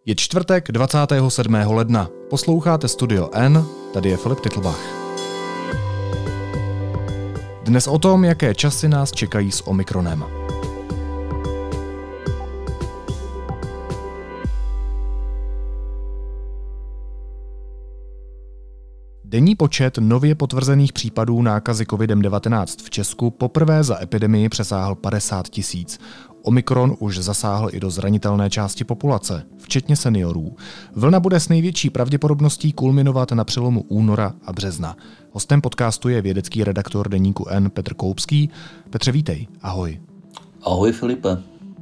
Je čtvrtek 27. ledna. Posloucháte Studio N, tady je Filip Titlbach. Dnes o tom, jaké časy nás čekají s Omikronem. Denní počet nově potvrzených případů nákazy COVID-19 v Česku poprvé za epidemii přesáhl 50 000. Omikron už zasáhl i do zranitelné části populace, včetně seniorů. Vlna bude s největší pravděpodobností kulminovat na přelomu února a března. Hostem podcastu je vědecký redaktor deníku N Petr Koupský. Petře, vítej. Ahoj. Ahoj, Filipe.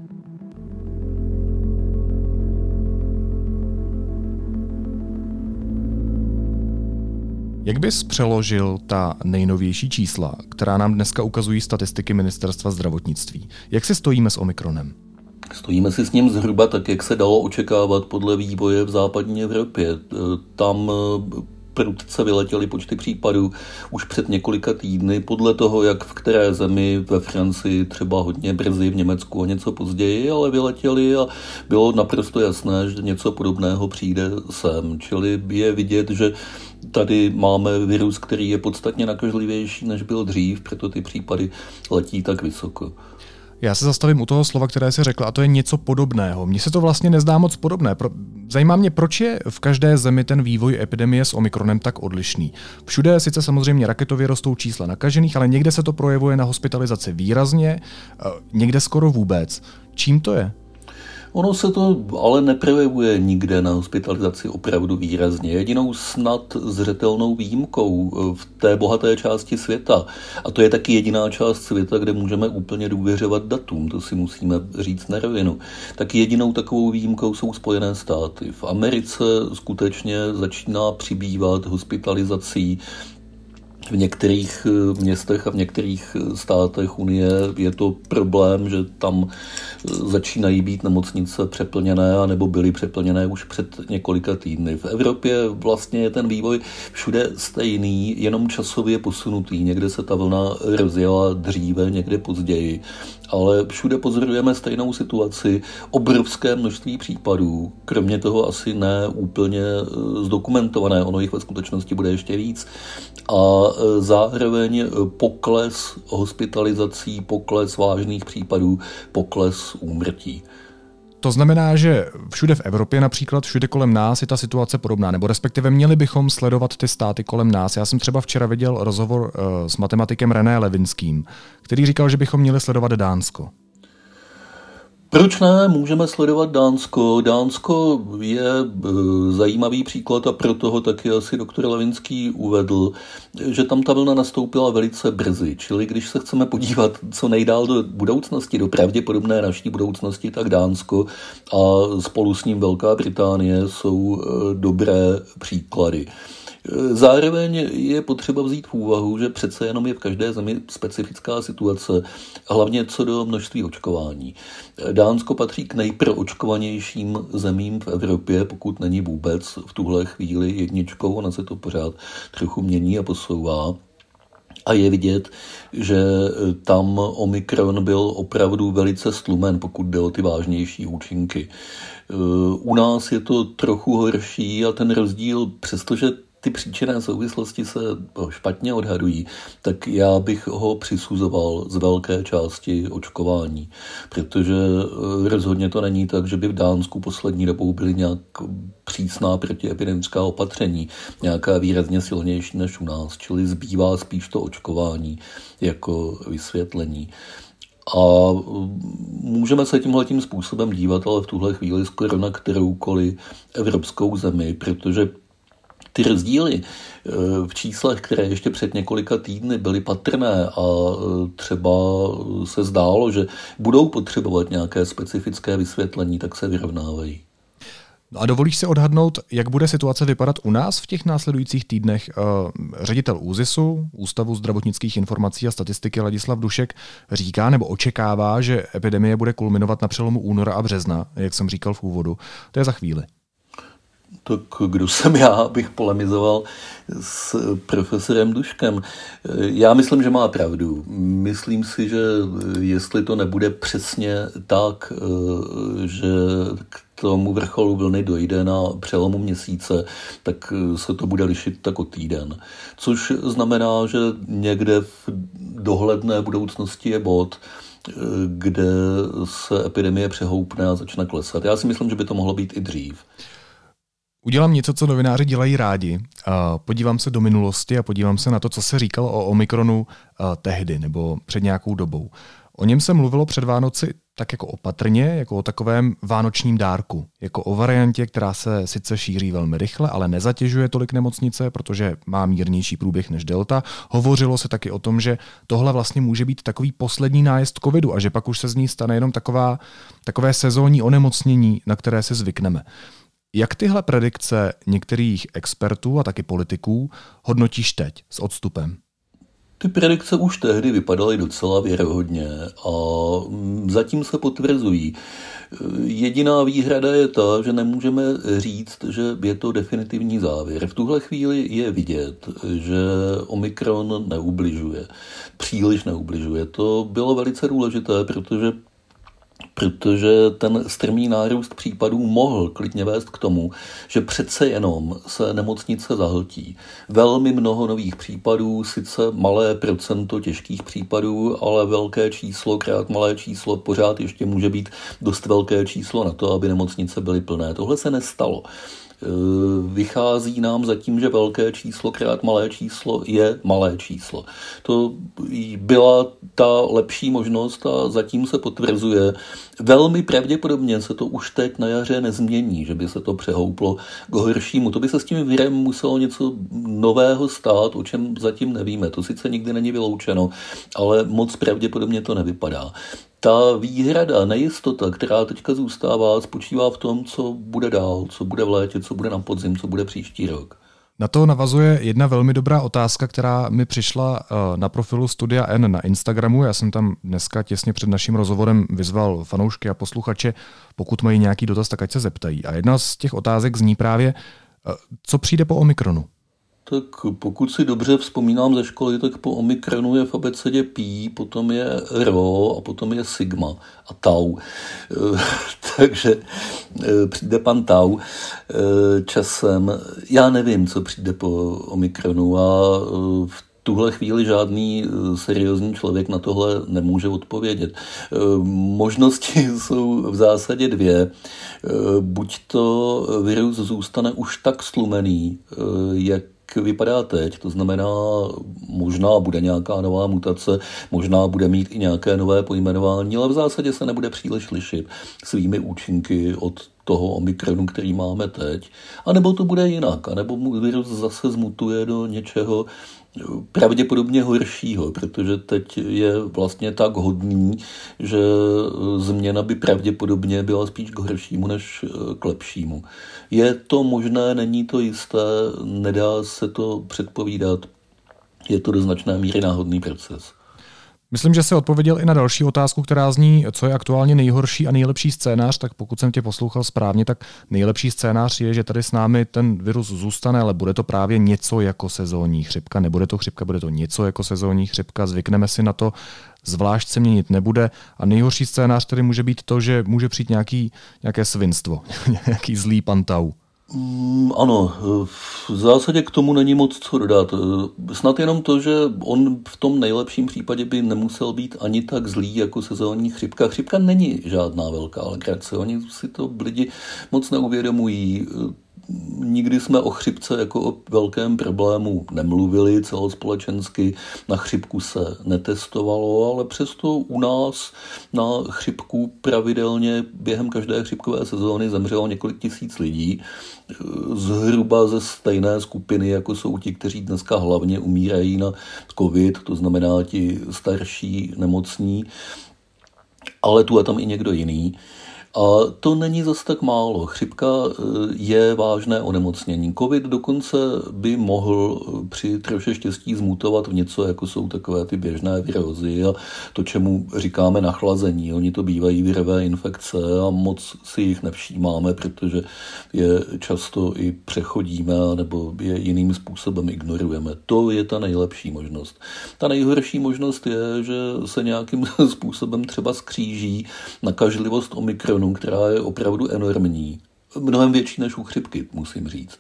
Jak bys přeložil ta nejnovější čísla, která nám dneska ukazují statistiky Ministerstva zdravotnictví? Jak si stojíme s Omikronem? Stojíme si s ním zhruba tak, jak se dalo očekávat podle vývoje v západní Evropě. Tam prudce vyletěly počty případů už před několika týdny, podle toho, jak v které zemi, ve Francii třeba hodně brzy, v Německu a něco později, ale vyletěly a bylo naprosto jasné, že něco podobného přijde sem. Čili je vidět, že tady máme virus, který je podstatně nakažlivější, než byl dřív, proto ty případy letí tak vysoko. Já se zastavím u toho slova, které jsi řekl, a to je něco podobného. Mně se to vlastně nezdá moc podobné. Zajímá mě, proč je v každé zemi ten vývoj epidemie s Omikronem tak odlišný. Všude sice samozřejmě raketově rostou čísla nakažených, ale někde se to projevuje na hospitalizaci výrazně, někde skoro vůbec. Čím to je? Ono se to ale neprojevuje nikde na hospitalizaci opravdu výrazně. Jedinou snad zřetelnou výjimkou v té bohaté části světa, a to je taky jediná část světa, kde můžeme úplně důvěřovat datům, to si musíme říct na rovinu, tak jedinou takovou výjimkou jsou Spojené státy. V Americe skutečně začíná přibývat hospitalizací. V některých městech a v některých státech Unie je to problém, že tam začínají být nemocnice přeplněné, anebo byly přeplněné už před několika týdny. V Evropě vlastně je ten vývoj všude stejný, jenom časově posunutý. Někde se ta vlna rozjela dříve, někde později. Ale všude pozorujeme stejnou situaci, obrovské množství případů, kromě toho asi ne úplně zdokumentované, ono jich ve skutečnosti bude ještě víc. A zároveň pokles hospitalizací, pokles vážných případů, pokles úmrtí. To znamená, že všude v Evropě, například všude kolem nás, je ta situace podobná, nebo respektive měli bychom sledovat ty státy kolem nás. Já jsem třeba včera viděl rozhovor s matematikem René Levinským, který říkal, že bychom měli sledovat Dánsko. Proč ne? Můžeme sledovat Dánsko. Dánsko je zajímavý příklad a proto ho taky asi doktor Levinský uvedl, že tam ta vlna nastoupila velice brzy. Čili když se chceme podívat co nejdál do budoucnosti, do pravděpodobné naší budoucnosti, tak Dánsko a spolu s ním Velká Británie jsou dobré příklady. Zároveň je potřeba vzít v úvahu, že přece jenom je v každé zemi specifická situace, hlavně co do množství očkování. Dánsko patří k nejproočkovanějším zemím v Evropě, pokud není vůbec v tuhle chvíli jedničkou, ona se to pořád trochu mění a posouvá. A je vidět, že tam Omikron byl opravdu velice stlumen, pokud jde o ty vážnější účinky. U nás je to trochu horší a ten rozdíl, přestože ty příčinné souvislosti se špatně odhadují, tak já bych ho přisuzoval z velké části očkování. Protože rozhodně to není tak, že by v Dánsku poslední dobou byly nějak přísná protiepidemická opatření, nějaká výrazně silnější než u nás, čili zbývá spíš to očkování jako vysvětlení. A můžeme se tímhletím způsobem dívat, ale v tuhle chvíli skoro na kteroukoliv evropskou zemi, protože ty rozdíly v číslech, které ještě před několika týdny byly patrné a třeba se zdálo, že budou potřebovat nějaké specifické vysvětlení, tak se vyrovnávají. No a dovolíš si odhadnout, jak bude situace vypadat u nás v těch následujících týdnech? Ředitel ÚZISu, Ústavu zdravotnických informací a statistiky Ladislav Dušek, říká nebo očekává, že epidemie bude kulminovat na přelomu února a března, jak jsem říkal v úvodu. To je za chvíli. Tak kdo jsem já, abych polemizoval s profesorem Duškem. Já myslím, že má pravdu. Myslím si, že jestli to nebude přesně tak, že k tomu vrcholu vlny dojde na přelomu měsíce, tak se to bude lišit tak o týden. Což znamená, že někde v dohledné budoucnosti je bod, kde se epidemie přehoupne a začne klesat. Já si myslím, že by to mohlo být i dřív. Udělám něco, co novináři dělají rádi. Podívám se do minulosti a podívám se na to, co se říkalo o Omikronu tehdy nebo před nějakou dobou. O něm se mluvilo před Vánoci tak jako opatrně, jako o takovém vánočním dárku. Jako o variantě, která se sice šíří velmi rychle, ale nezatěžuje tolik nemocnice, protože má mírnější průběh než delta. Hovořilo se taky o tom, že tohle vlastně může být takový poslední nájezd covidu a že pak už se z ní stane jenom takové sezónní onemocnění, na které se zvykneme. Jak tyhle predikce některých expertů a taky politiků hodnotíš teď s odstupem? Ty predikce už tehdy vypadaly docela věrohodně a zatím se potvrzují. Jediná výhrada je ta, že nemůžeme říct, že je to definitivní závěr. V tuhle chvíli je vidět, že Omikron neubližuje, příliš neubližuje. To bylo velice důležité, protože ten strmý nárůst případů mohl klidně vést k tomu, že přece jenom se nemocnice zahltí. Velmi mnoho nových případů, sice malé procento těžkých případů, ale velké číslo krát malé číslo pořád ještě může být dost velké číslo na to, aby nemocnice byly plné. Tohle se nestalo. Vychází nám zatím, že velké číslo krát malé číslo je malé číslo. To byla ta lepší možnost a zatím se potvrzuje. Velmi pravděpodobně se to už teď na jaře nezmění, že by se to přehouplo k horšímu. To by se s tím virem muselo něco nového stát, o čem zatím nevíme. To sice nikdy není vyloučeno, ale moc pravděpodobně to nevypadá. Ta výhrada, nejistota, která teďka zůstává, spočívá v tom, co bude dál, co bude v létě, co bude na podzim, co bude příští rok. Na to navazuje jedna velmi dobrá otázka, která mi přišla na profilu Studia N na Instagramu. Já jsem tam dneska těsně před naším rozhovorem vyzval fanoušky a posluchače, pokud mají nějaký dotaz, tak ať se zeptají. A jedna z těch otázek zní právě, co přijde po Omikronu? Tak pokud si dobře vzpomínám ze školy, tak po Omikronu je v abecedě Pi, potom je Rho a potom je Sigma a Tau. Takže přijde pan Tau časem. Já nevím, co přijde po Omikronu a v tuhle chvíli žádný seriózní člověk na tohle nemůže odpovědět. Možnosti jsou v zásadě dvě. Buď to virus zůstane už tak stlumený, jak vypadá teď, to znamená, možná bude nějaká nová mutace, možná bude mít i nějaké nové pojmenování, ale v zásadě se nebude příliš lišit svými účinky od toho Omikronu, který máme teď. A nebo to bude jinak, a nebo virus zase zmutuje do něčeho pravděpodobně horšího, protože teď je vlastně tak hodný, že změna by pravděpodobně byla spíš k horšímu než k lepšímu. Je to možné, není to jisté, nedá se to předpovídat, je to do značné míry náhodný proces. Myslím, že jsi odpověděl i na další otázku, která zní, co je aktuálně nejhorší a nejlepší scénář, tak pokud jsem tě poslouchal správně, tak nejlepší scénář je, že tady s námi ten virus zůstane, ale bude to právě něco jako sezónní chřipka, nebude to chřipka, bude to něco jako sezónní chřipka, zvykneme si na to, zvlášť se měnit nebude a nejhorší scénář tedy může být to, že může přijít nějaké svinstvo, nějaký zlý pan Tau. Ano, v zásadě k tomu není moc co dodat. Snad jenom to, že on v tom nejlepším případě by nemusel být ani tak zlý jako sezónní chřipka. Chřipka není žádná velká legrace, oni si to lidi moc neuvědomují. Nikdy jsme o chřipce jako o velkém problému nemluvili celospolečensky, na chřipku se netestovalo, ale přesto u nás na chřipku pravidelně během každé chřipkové sezóny zemřelo několik tisíc lidí, zhruba ze stejné skupiny, jako jsou ti, kteří dneska hlavně umírají na covid, to znamená ti starší nemocní, ale tu a tam i někdo jiný. A to není zas tak málo. Chřipka je vážné onemocnění. COVID dokonce by mohl při troše štěstí zmutovat v něco, jako jsou takové ty běžné virózy a to, čemu říkáme nachlazení. Oni to bývají virové infekce a moc si jich nevšímáme, protože je často i přechodíme nebo je jiným způsobem ignorujeme. To je ta nejlepší možnost. Ta nejhorší možnost je, že se nějakým způsobem třeba skříží nakažlivost Omikronu, která je opravdu enormní. Mnohem větší než u chřipky, musím říct.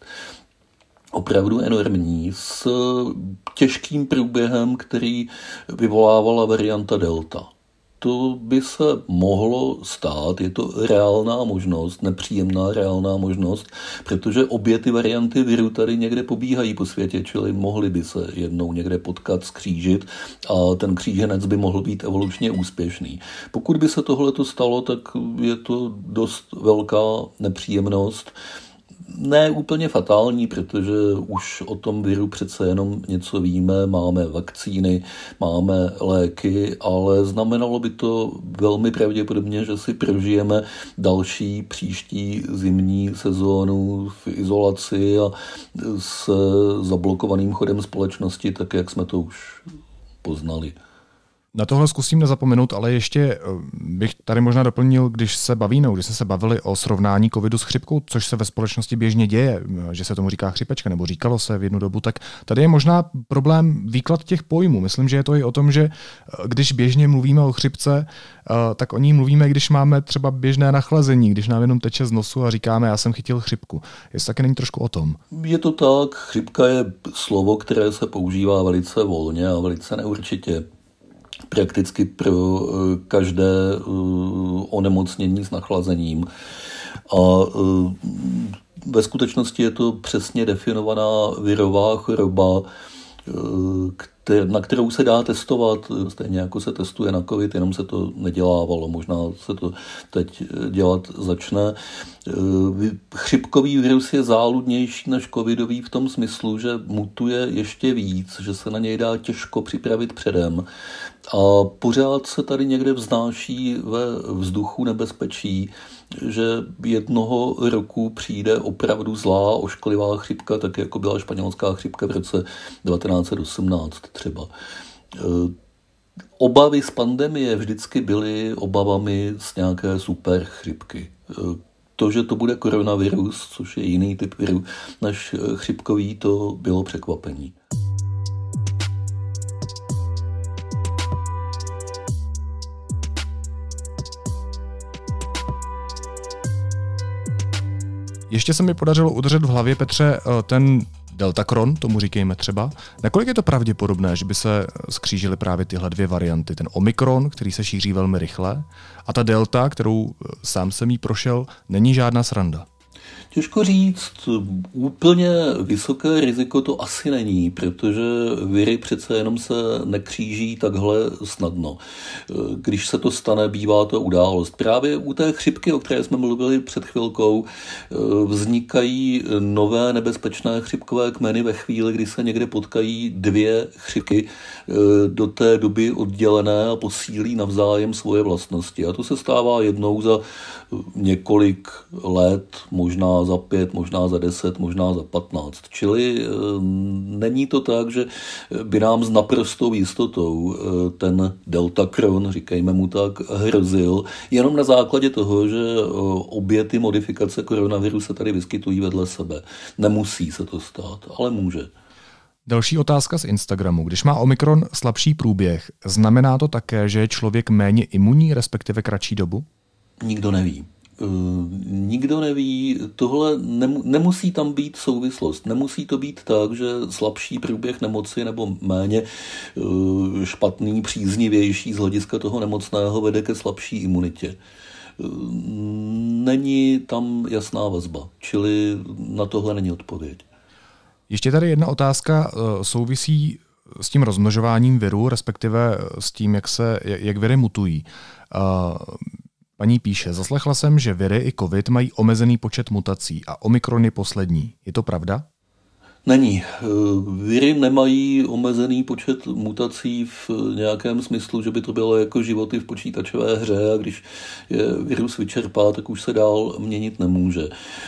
Opravdu enormní, s těžkým průběhem, který vyvolávala varianta Delta. To by se mohlo stát, je to reálná možnost, nepříjemná reálná možnost, protože obě ty varianty viru tady někde pobíhají po světě, čili mohly by se jednou někde potkat, skřížit a ten kříženec by mohl být evolučně úspěšný. Pokud by se tohleto stalo, tak je to dost velká nepříjemnost. Ne úplně fatální, protože už o tom viru přece jenom něco víme, máme vakcíny, máme léky, ale znamenalo by to velmi pravděpodobně, že si prožijeme další příští zimní sezónu v izolaci a s zablokovaným chodem společnosti, tak jak jsme to už poznali. Na tohle zkusím nezapomenout, ale ještě bych tady možná doplnil, když jsme se bavili o srovnání covidu s chřipkou, což se ve společnosti běžně děje, že se tomu říká chřipečka, nebo říkalo se v jednu dobu, tak tady je možná problém výklad těch pojmů. Myslím, že je to i o tom, že když běžně mluvíme o chřipce, tak o ní mluvíme, když máme třeba běžné nachlazení, když nám jenom teče z nosu a říkáme, já jsem chytil chřipku. Jestli taky není trošku o tom. Je to tak, chřipka je slovo, které se používá velice volně a velice neurčitě. Prakticky pro každé onemocnění s nachlazením. A ve skutečnosti je to přesně definovaná virová choroba, na kterou se dá testovat, stejně jako se testuje na covid, jenom se to nedělávalo, možná se to teď dělat začne. Chřipkový virus je záludnější než covidový v tom smyslu, že mutuje ještě víc, že se na něj dá těžko připravit předem a pořád se tady někde vznáší ve vzduchu nebezpečí, že jednoho roku přijde opravdu zlá, ošklivá chřipka, tak jako byla španělská chřipka v roce 1918 třeba. Obavy z pandemie vždycky byly obavami z nějaké super chřipky. To, že to bude koronavirus, což je jiný typ viru než chřipkový, to bylo překvapení. Ještě se mi podařilo udržet v hlavě, Petře, ten deltakron, tomu říkejme třeba. Nakolik je to pravděpodobné, že by se skřížily právě tyhle dvě varianty? Ten omikron, který se šíří velmi rychle, a ta delta, kterou sám jsem jí prošel, není žádná sranda. Těžko říct, úplně vysoké riziko to asi není, protože viry přece jenom se nekříží takhle snadno. Když se to stane, bývá to událost. Právě u té chřipky, o které jsme mluvili před chvilkou, vznikají nové nebezpečné chřipkové kmeny ve chvíli, kdy se někde potkají dvě chřipky do té doby oddělené a posílí navzájem svoje vlastnosti. A to se stává jednou za několik let, možná za 5, možná za 10, možná za 15. Čili není to tak, že by nám s naprostou jistotou ten deltakron, říkejme mu tak, hrozil, jenom na základě toho, že obě ty modifikace koronaviru se tady vyskytují vedle sebe. Nemusí se to stát, ale může. Další otázka z Instagramu. Když má omikron slabší průběh, znamená to také, že je člověk méně imunní, respektive kratší dobu? Nikdo neví. Nikdo neví, tohle nemusí tam být souvislost. Nemusí to být tak, že slabší průběh nemoci nebo méně špatný, příznivější z hlediska toho nemocného vede ke slabší imunitě. Není tam jasná vazba, čili na tohle není odpověď. Ještě tady jedna otázka souvisí s tím rozmnožováním viru, respektive s tím, jak viry mutují. Paní píše, zaslechla jsem, že viry i covid mají omezený počet mutací a omikron je poslední. Je to pravda? Není. Viry nemají omezený počet mutací v nějakém smyslu, že by to bylo jako životy v počítačové hře a když je virus vyčerpá, tak už se dál měnit nemůže.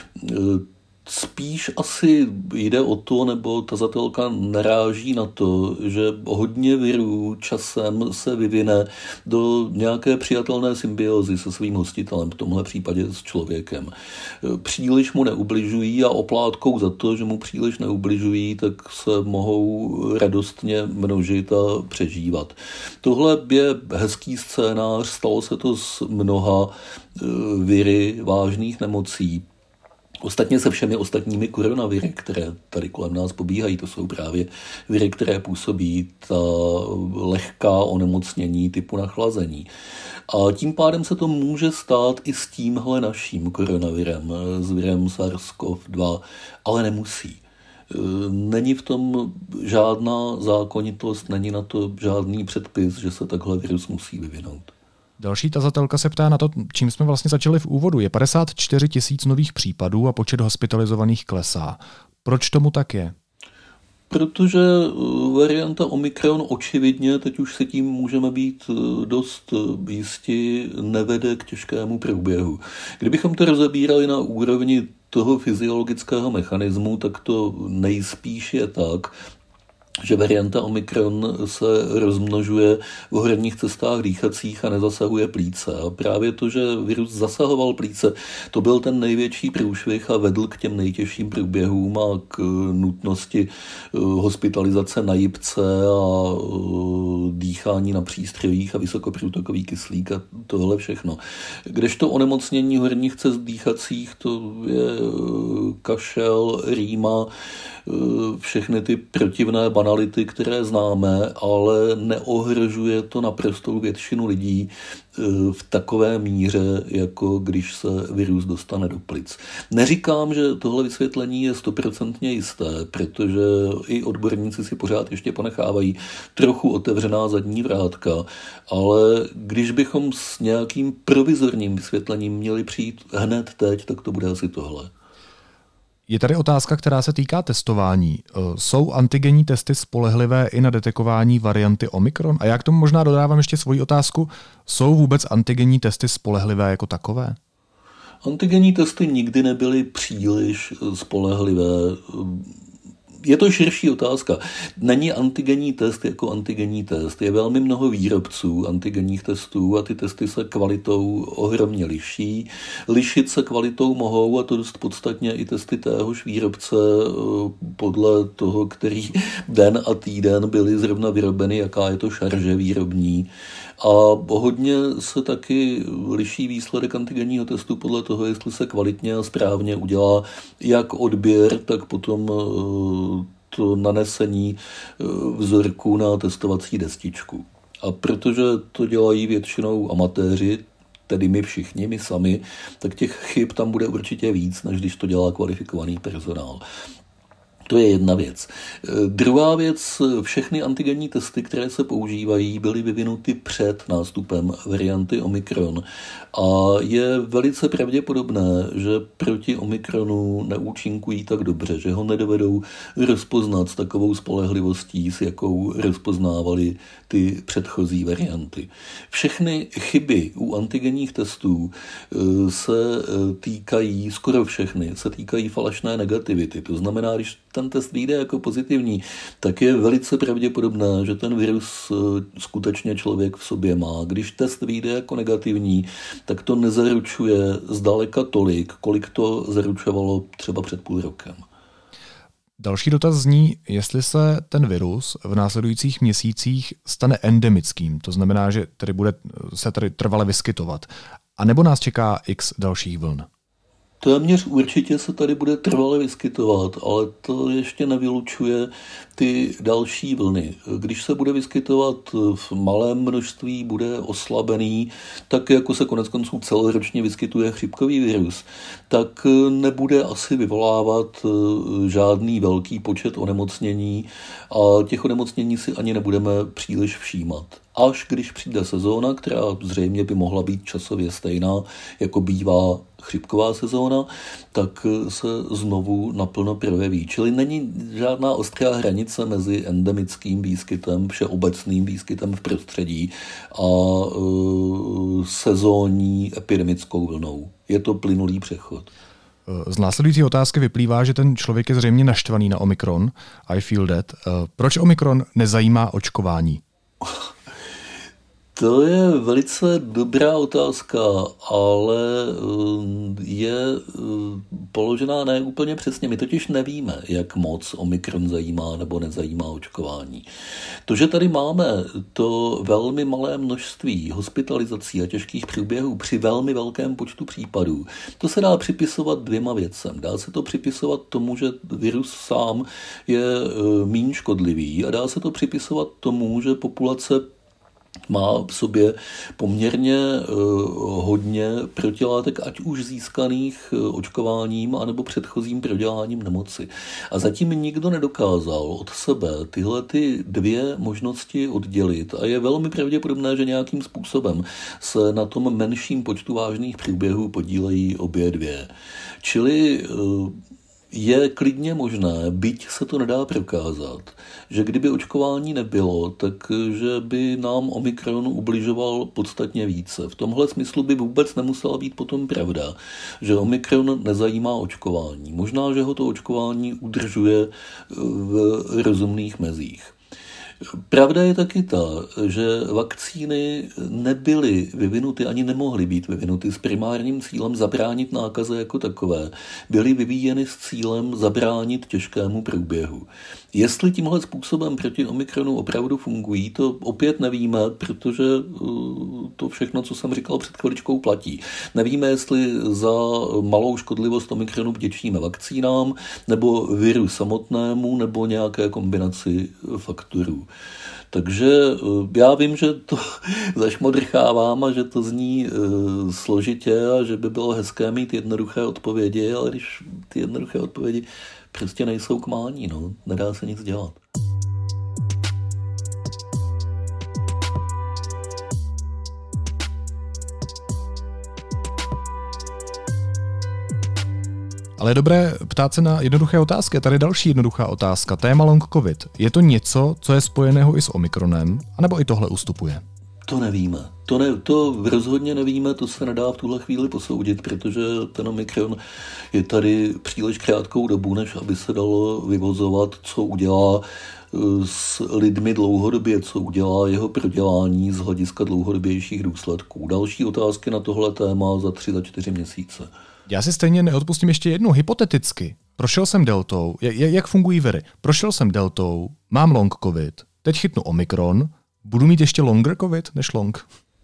Spíš asi jde o to, nebo tazatelka naráží na to, že hodně virů časem se vyvine do nějaké přijatelné symbiozy se svým hostitelem, v tomhle případě s člověkem. Příliš mu neubližují a oplátkou za to, že mu příliš neubližují, tak se mohou radostně množit a přežívat. Tohle je hezký scénář, stalo se to s mnoha viry vážných nemocí. Ostatně se všemi ostatními koronaviry, které tady kolem nás pobíhají, to jsou právě viry, které působí ta lehká onemocnění typu nachlazení. A tím pádem se to může stát i s tímhle naším koronavirem, s virem SARS-CoV-2, ale nemusí. Není v tom žádná zákonitost, není na to žádný předpis, že se takhle virus musí vyvinout. Další tazatelka se ptá na to, čím jsme vlastně začali v úvodu. Je 54 000 nových případů a počet hospitalizovaných klesá. Proč tomu tak je? Protože varianta Omikron očividně, teď už si tím můžeme být dost jisti, nevede k těžkému průběhu. Kdybychom to rozebírali na úrovni toho fyziologického mechanismu, tak to nejspíš je tak, že varianta Omikron se rozmnožuje v horních cestách dýchacích a nezasahuje plíce. A právě to, že virus zasahoval plíce, to byl ten největší průšvih a vedl k těm nejtěžším průběhům a k nutnosti hospitalizace na jipce a dýchání na přístrojích a vysokoprůtokový kyslík a tohle všechno. Kdežto onemocnění horních cest dýchacích, to je kašel, rýma, všechny ty protivné banality, které známe, ale neohrožuje to naprostou většinu lidí v takové míře, jako když se virus dostane do plic. Neříkám, že tohle vysvětlení je 100% jisté, protože i odborníci si pořád ještě ponechávají trochu otevřená zadní vrátka, ale když bychom s nějakým provizorním vysvětlením měli přijít hned teď, tak to bude asi tohle. Je tady otázka, která se týká testování. Jsou antigenní testy spolehlivé i na detekování varianty Omikron? A já k tomu možná dodávám ještě svoji otázku. Jsou vůbec antigenní testy spolehlivé jako takové? Antigenní testy nikdy nebyly příliš spolehlivé. Je to širší otázka. Není antigenní test jako antigenní test. Je velmi mnoho výrobců antigenních testů a ty testy se kvalitou ohromně liší. Lišit se kvalitou mohou, a to dost podstatně, i testy téhož výrobce podle toho, který den a týden byly zrovna vyrobeny, jaká je to šarže výrobní. A hodně se taky liší výsledek antigenního testu podle toho, jestli se kvalitně a správně udělá jak odběr, tak potom to nanesení vzorku na testovací destičku. A protože to dělají většinou amatéři, tedy my všichni, my sami, tak těch chyb tam bude určitě víc, než když to dělá kvalifikovaný personál. To je jedna věc. Druhá věc, všechny antigenní testy, které se používají, byly vyvinuty před nástupem varianty Omikron a je velice pravděpodobné, že proti Omikronu neúčinkují tak dobře, že ho nedovedou rozpoznat s takovou spolehlivostí, s jakou rozpoznávali ty předchozí varianty. Všechny chyby u antigenních testů se týkají, skoro všechny, se týkají falešné negativity. To znamená, když ten test vyjde jako pozitivní, tak je velice pravděpodobné, že ten virus skutečně člověk v sobě má. Když test vyjde jako negativní, tak to nezaručuje zdaleka tolik, kolik to zaručovalo třeba před půl rokem. Další dotaz zní, jestli se ten virus v následujících měsících stane endemickým, to znamená, že tady bude se tady trvale vyskytovat, anebo nás čeká x dalších vln. Téměř určitě se tady bude trvale vyskytovat, ale to ještě nevylučuje ty další vlny. Když se bude vyskytovat v malém množství, bude oslabený, tak jako se koneckonců celoročně vyskytuje chřipkový virus, tak nebude asi vyvolávat žádný velký počet onemocnění a těch onemocnění si ani nebudeme příliš všímat. až když přijde sezóna, která zřejmě by mohla být časově stejná, jako bývá chřipková sezóna, tak se znovu naplno projeví. Čili není žádná ostrá hranice mezi endemickým výskytem, všeobecným výskytem v prostředí a sezónní epidemickou vlnou. Je to plynulý přechod. Z následující otázky vyplývá, že ten člověk je zřejmě naštvaný na Omikron. I feel that. Proč Omikron nezajímá očkování? To je velice dobrá otázka, ale je položená ne úplně přesně. My totiž nevíme, jak moc Omikron zajímá nebo nezajímá očkování. To, že tady máme to velmi malé množství hospitalizací a těžkých průběhů při velmi velkém počtu případů, to se dá připisovat dvěma věcem. Dá se to připisovat tomu, že virus sám je méně škodlivý a dá se to připisovat tomu, že populace má v sobě poměrně hodně protilátek, ať už získaných očkováním, anebo předchozím proděláním nemoci. A zatím nikdo nedokázal od sebe tyhle ty dvě možnosti oddělit a je velmi pravděpodobné, že nějakým způsobem se na tom menším počtu vážných průběhů podílejí obě dvě. Čili je klidně možné, byť se to nedá prokázat, že kdyby očkování nebylo, takže by nám Omikron ubližoval podstatně více. V tomhle smyslu by vůbec nemusela být potom pravda, že Omikron nezajímá očkování. Možná, že ho to očkování udržuje v rozumných mezích. Pravda je taky ta, že vakcíny nebyly vyvinuty, ani nemohly být vyvinuty s primárním cílem zabránit nákaze jako takové. Byly vyvíjeny s cílem zabránit těžkému průběhu. Jestli tímhle způsobem proti Omikronu opravdu fungují, to opět nevíme, protože to všechno, co jsem říkal před chviličkou, platí. Nevíme, jestli za malou škodlivost Omikronu vděčíme vakcínám, nebo viru samotnému, nebo nějaké kombinaci faktorů. Takže já vím, že to zašmodrchávám a že to zní složitě a že by bylo hezké mít jednoduché odpovědi, ale když ty jednoduché odpovědi prostě nejsou k mání, no, nedá se nic dělat. Ale je dobré ptát se na jednoduché otázky. Tady další jednoduchá otázka. Téma long covid. Je to něco, co je spojeného i s Omikronem, anebo i tohle ustupuje? To nevíme. To rozhodně nevíme, to se nedá v tuhle chvíli posoudit, protože ten Omikron je tady příliš krátkou dobu, než aby se dalo vyvozovat, co udělá s lidmi dlouhodobě, co udělá jeho prodělání z hlediska dlouhodobějších důsledků. Další otázky na tohle téma za 3-4 měsíce. Já si stejně neodpustím ještě jednu, hypoteticky. Prošel jsem deltou, jak fungují viry? Prošel jsem deltou, mám long covid, teď chytnu Omikron, budu mít ještě longer covid než long?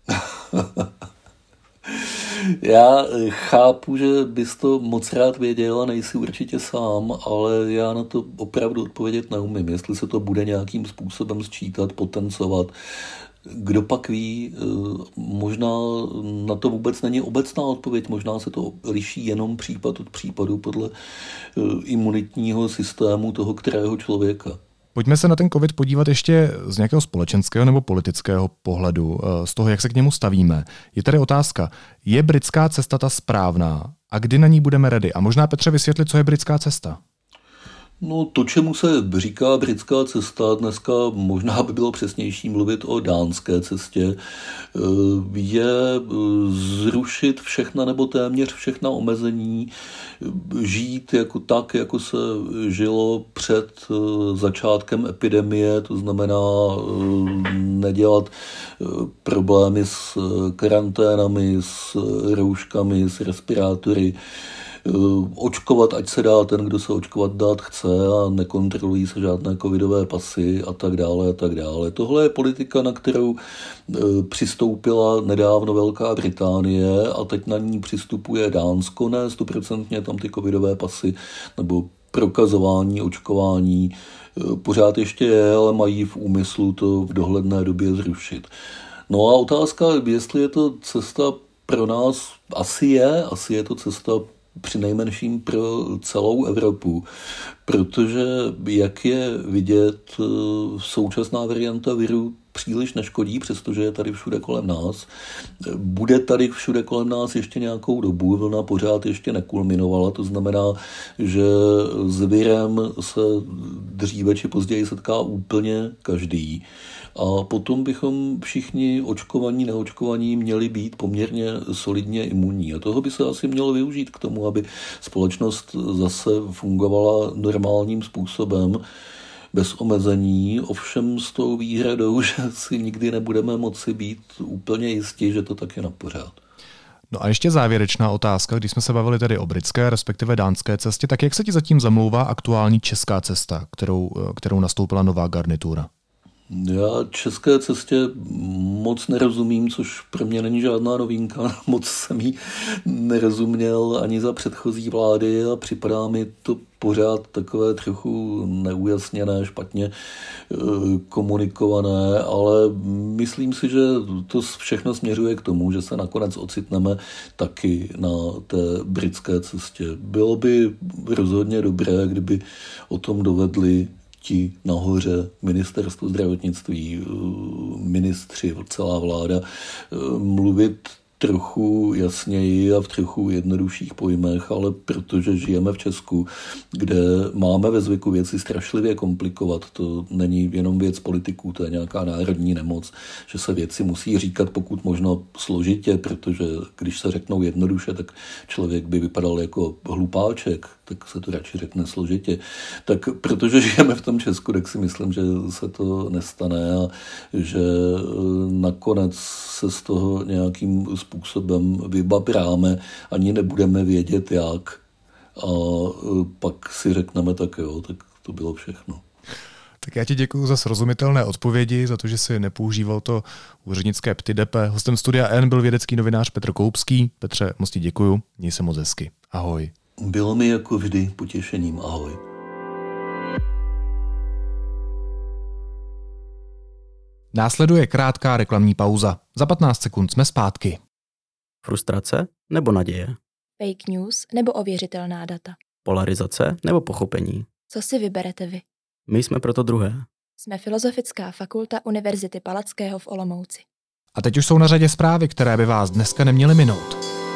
Já chápu, že bys to moc rád věděl a nejsi určitě sám, ale já na to opravdu odpovědět neumím. Jestli se to bude nějakým způsobem sčítat, potencovat, kdo pak ví, možná na to vůbec není obecná odpověď, možná se to liší jenom případ od případu podle imunitního systému toho kterého člověka. Pojďme se na ten covid podívat ještě z nějakého společenského nebo politického pohledu, z toho, jak se k němu stavíme. Je tady otázka, je britská cesta ta správná a kdy na ní budeme ready? A možná, Petře, vysvětlit, co je britská cesta? No to, čemu se říká britská cesta, dneska možná by bylo přesnější mluvit o dánské cestě, je zrušit všechna nebo téměř všechna omezení, žít jako se žilo před začátkem epidemie, to znamená nedělat problémy s karanténami, s rouškami, s respirátory, očkovat, ať se dá ten, kdo se očkovat dát chce a nekontrolují se žádné covidové pasy a tak dále a tak dále. Tohle je politika, na kterou přistoupila nedávno Velká Británie a teď na ní přistupuje Dánsko, ne 100% tam ty covidové pasy nebo prokazování, očkování pořád ještě je, ale mají v úmyslu to v dohledné době zrušit. No a otázka, jestli je to cesta pro nás, asi je to cesta přinejmenším pro celou Evropu, protože jak je vidět, současná varianta viru příliš neškodí, přestože je tady všude kolem nás. Bude tady všude kolem nás ještě nějakou dobu, vlna pořád ještě nekulminovala, to znamená, že s virem se dříve či později setká úplně každý. A potom bychom všichni očkovaní, neočkovaní měli být poměrně solidně imunní. A toho by se asi mělo využít k tomu, aby společnost zase fungovala normálním způsobem, bez omezení, ovšem s tou výhradou, že si nikdy nebudeme moci být úplně jistí, že to tak je na pořád. No a ještě závěrečná otázka, když jsme se bavili tedy o britské, respektive dánské cestě, tak jak se ti zatím zamlouvá aktuální česká cesta, kterou nastoupila nová garnitura? Já české cestě moc nerozumím, což pro mě není žádná novinka. Moc jsem jí nerozuměl ani za předchozí vlády a připadá mi to pořád takové trochu neujasněné, špatně komunikované, ale myslím si, že to všechno směřuje k tomu, že se nakonec ocitneme taky na té britské cestě. Bylo by rozhodně dobré, kdyby o tom dovedli ti nahoře, ministerstvo zdravotnictví, ministři, celá vláda, mluvit trochu jasněji a v trochu jednodušších pojmech, ale protože žijeme v Česku, kde máme ve zvyku věci strašlivě komplikovat, to není jenom věc politiků, to je nějaká národní nemoc, že se věci musí říkat pokud možno složitě, protože když se řeknou jednoduše, tak člověk by vypadal jako hlupáček, tak se to radši řekne složitě. Tak protože žijeme v tom Česku, tak si myslím, že se to nestane a že nakonec se z toho nějakým způsobem vybabráme, ani nebudeme vědět jak. A pak si řekneme tak jo, tak to bylo všechno. Tak já ti děkuji za srozumitelné odpovědi, za to, že jsi nepoužíval to úřednické ptydepe. Hostem Studia N byl vědecký novinář Petr Koupský. Petře, moc ti děkuju, měj se moc hezky. Ahoj. Bylo mi jako vždy potěšením. Ahoj. Následuje krátká reklamní pauza. Za 15 sekund jsme zpátky. Frustrace nebo naděje? Fake news nebo ověřitelná data? Polarizace nebo pochopení? Co si vyberete vy? My jsme proto druhé. Jsme Filozofická fakulta Univerzity Palackého v Olomouci. A teď už jsou na řadě zprávy, které by vás dneska neměly minout.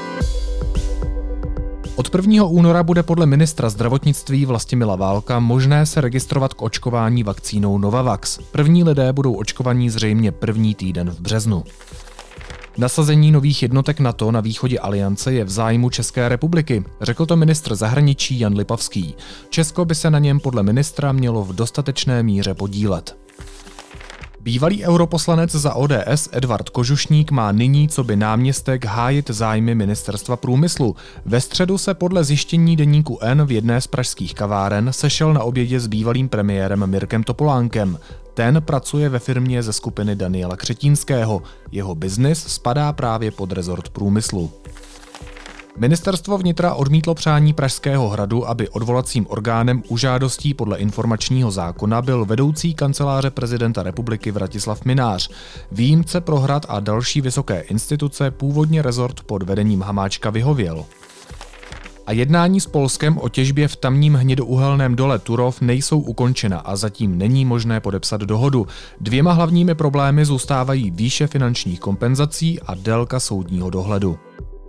Od 1. února bude podle ministra zdravotnictví Vlastimila Válka možné se registrovat k očkování vakcínou Novavax. První lidé budou očkovaní zřejmě první týden v březnu. Nasazení nových jednotek NATO na východě aliance je v zájmu České republiky, řekl to ministr zahraničí Jan Lipavský. Česko by se na něm podle ministra mělo v dostatečné míře podílet. Bývalý europoslanec za ODS Edvard Kožušník má nyní coby náměstek hájit zájmy ministerstva průmyslu. Ve středu se podle zjištění deníku N v jedné z pražských kaváren sešel na obědě s bývalým premiérem Mirkem Topolánkem. Ten pracuje ve firmě ze skupiny Daniela Křetínského. Jeho biznis spadá právě pod rezort průmyslu. Ministerstvo vnitra odmítlo přání Pražského hradu, aby odvolacím orgánem u žádostí podle informačního zákona byl vedoucí kanceláře prezidenta republiky Vratislav Mynář. Výjimce pro hrad a další vysoké instituce původně rezort pod vedením Hamáčka vyhověl. A jednání s Polskem o těžbě v tamním hnědouhelném dole Turów nejsou ukončena a zatím není možné podepsat dohodu. Dvěma hlavními problémy zůstávají výše finančních kompenzací a délka soudního dohledu.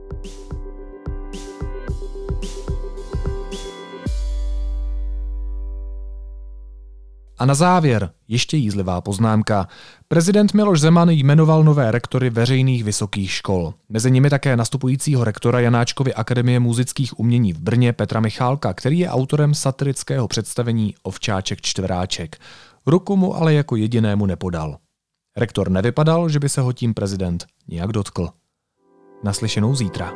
A na závěr ještě jízlivá poznámka. Prezident Miloš Zeman jmenoval nové rektory veřejných vysokých škol. Mezi nimi také nastupujícího rektora Janáčkovy akademie múzických umění v Brně Petra Michálka, který je autorem satirického představení Ovčáček čtveráček. Ruku mu ale jako jedinému nepodal. Rektor nevypadal, že by se ho tím prezident nějak dotkl. Naslyšenou zítra.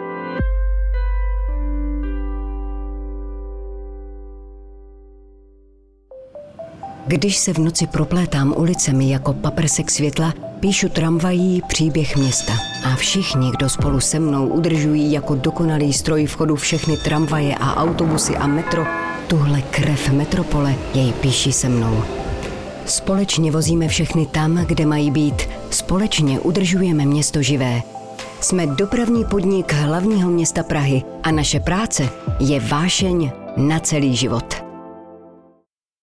Když se v noci proplétám ulicemi jako paprsek světla, píšu tramvají příběh města. A všichni, kdo spolu se mnou udržují jako dokonalý stroj v chodu všechny tramvaje a autobusy a metro, tuhle krev metropole, jej píší se mnou. Společně vozíme všechny tam, kde mají být. Společně udržujeme město živé. Jsme dopravní podnik hlavního města Prahy a naše práce je vášeň na celý život.